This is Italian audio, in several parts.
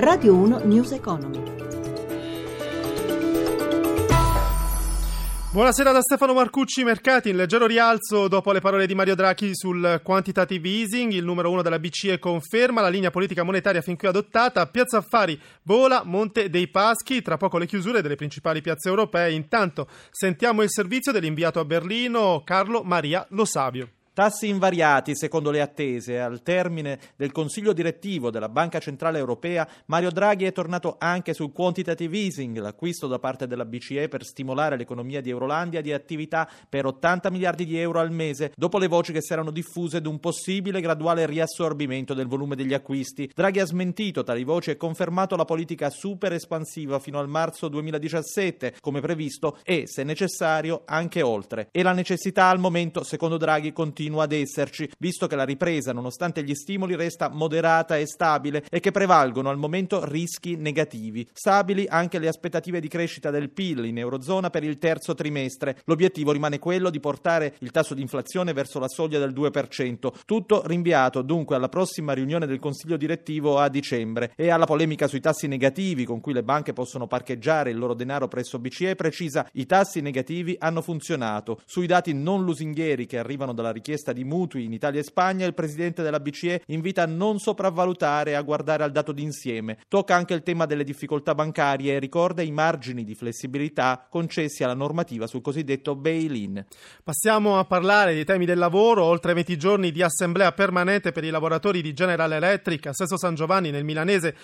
Radio 1 News Economy. Buonasera da Stefano Marcucci. Mercati in leggero rialzo dopo le parole di Mario Draghi sul quantitative easing. Il numero 1 della BCE conferma la linea politica monetaria fin qui adottata. Piazza Affari vola, Monte dei Paschi, tra poco le chiusure delle principali piazze europee. Intanto sentiamo il servizio dell'inviato a Berlino Carlo Maria Lo Savio. Tassi invariati secondo le attese. Al termine del consiglio direttivo della Banca Centrale Europea, Mario Draghi è tornato anche sul quantitative easing, l'acquisto da parte della BCE per stimolare l'economia di Eurolandia di attività per 80 miliardi di euro al mese, dopo le voci che si erano diffuse di un possibile graduale riassorbimento del volume degli acquisti. Draghi ha smentito tali voci e confermato la politica super espansiva fino al marzo 2017, come previsto, e, se necessario, anche oltre. E la necessità al momento, secondo Draghi, continua ad esserci, visto che la ripresa, nonostante gli stimoli, resta moderata e stabile e che prevalgono al momento rischi negativi. Stabili anche le aspettative di crescita del PIL in Eurozona per il terzo trimestre. L'obiettivo rimane quello di portare il tasso di inflazione verso la soglia del 2%. Tutto rinviato dunque alla prossima riunione del Consiglio direttivo a dicembre. E alla polemica sui tassi negativi con cui le banche possono parcheggiare il loro denaro presso BCE, precisa: i tassi negativi hanno funzionato. Sui dati non lusinghieri che arrivano dalla richiesta di mutui in Italia e Spagna, il presidente della BCE invita a non sopravvalutare e a guardare al dato d'insieme. Tocca anche il tema delle difficoltà bancarie e ricorda i margini di flessibilità concessi alla normativa sul cosiddetto bail-in. Passiamo a parlare dei temi del lavoro. Oltre 20 giorni di assemblea permanente per i lavoratori di General Electric a Sesto San Giovanni nel milanese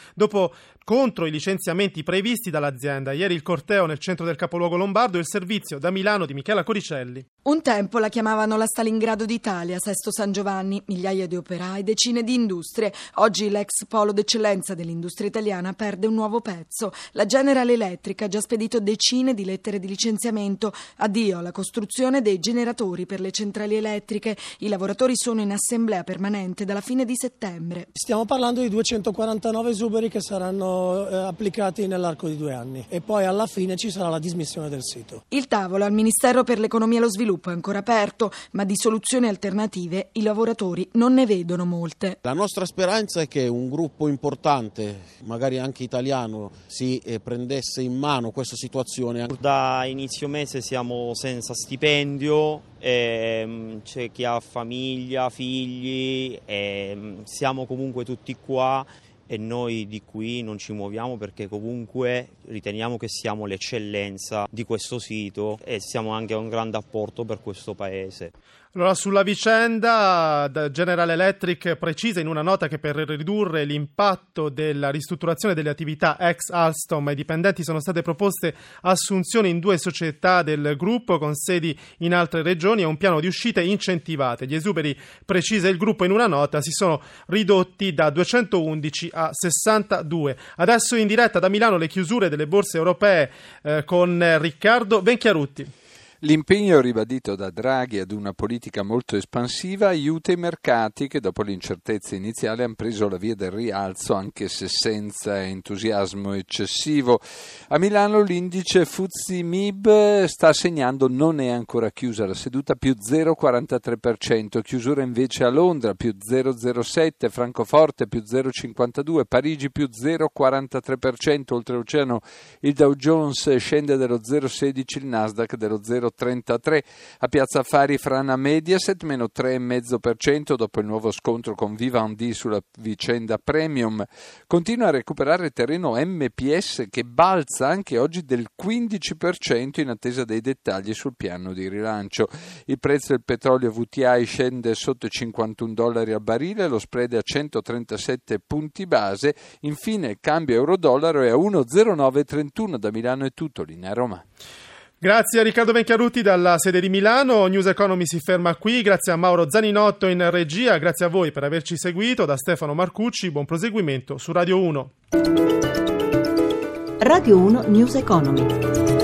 contro i licenziamenti previsti dall'azienda. Ieri il corteo nel centro del capoluogo lombardo e il servizio da Milano di Michela Coricelli. Un tempo la chiamavano la Stalingrado d'Italia, Sesto San Giovanni, migliaia di operai, decine di industrie. Oggi l'ex polo d'eccellenza dell'industria italiana perde un nuovo pezzo. La General Electric ha già spedito decine di lettere di licenziamento. Addio alla costruzione dei generatori per le centrali elettriche. I lavoratori sono in assemblea permanente dalla fine di settembre. Stiamo parlando di 249 esuberi che saranno applicati nell'arco di 2 anni e poi alla fine ci sarà la dismissione del sito. Il tavolo al Ministero per l'Economia e lo Sviluppo è ancora aperto, ma di soluzioni alternative i lavoratori non ne vedono molte. La nostra speranza è che un gruppo importante, magari anche italiano, si prendesse in mano questa situazione. Da inizio mese siamo senza stipendio, c'è chi ha famiglia, figli, siamo comunque tutti qua. E noi di qui non ci muoviamo perché comunque riteniamo che siamo l'eccellenza di questo sito e siamo anche un grande apporto per questo paese. Allora, sulla vicenda, General Electric precisa in una nota che per ridurre l'impatto della ristrutturazione delle attività ex Alstom ai dipendenti sono state proposte assunzioni in 2 società del gruppo con sedi in altre regioni e un piano di uscite incentivate. Gli esuberi, precisa il gruppo in una nota, si sono ridotti da 211 a 62. Adesso in diretta da Milano le chiusure delle borse europee con Riccardo Venchiarutti. L'impegno ribadito da Draghi ad una politica molto espansiva aiuta i mercati che dopo l'incertezza iniziale hanno preso la via del rialzo anche se senza entusiasmo eccessivo. A Milano l'indice FTSE MIB sta segnando, non è ancora chiusa la seduta, più 0,43%, chiusura invece a Londra più 0,07%, Francoforte più 0,52%, Parigi più 0,43%, oltreoceano il Dow Jones scende dello 0,16%, il Nasdaq dello 0,33%. A Piazza Affari Frana Mediaset meno 3,5% dopo il nuovo scontro con Vivendi sulla vicenda Premium. Continua a recuperare terreno MPS che balza anche oggi del 15% in attesa dei dettagli sul piano di rilancio. Il prezzo del petrolio WTI scende sotto i $51 al barile, lo spread è a 137 punti base. Infine il cambio euro-dollaro è a 1,0931. Da Milano è tutto, linea Roma. Grazie a Riccardo Venchiarutti dalla sede di Milano. News Economy si ferma qui. Grazie a Mauro Zaninotto in regia. Grazie a voi per averci seguito. Da Stefano Marcucci, buon proseguimento su Radio 1. Radio 1 News Economy.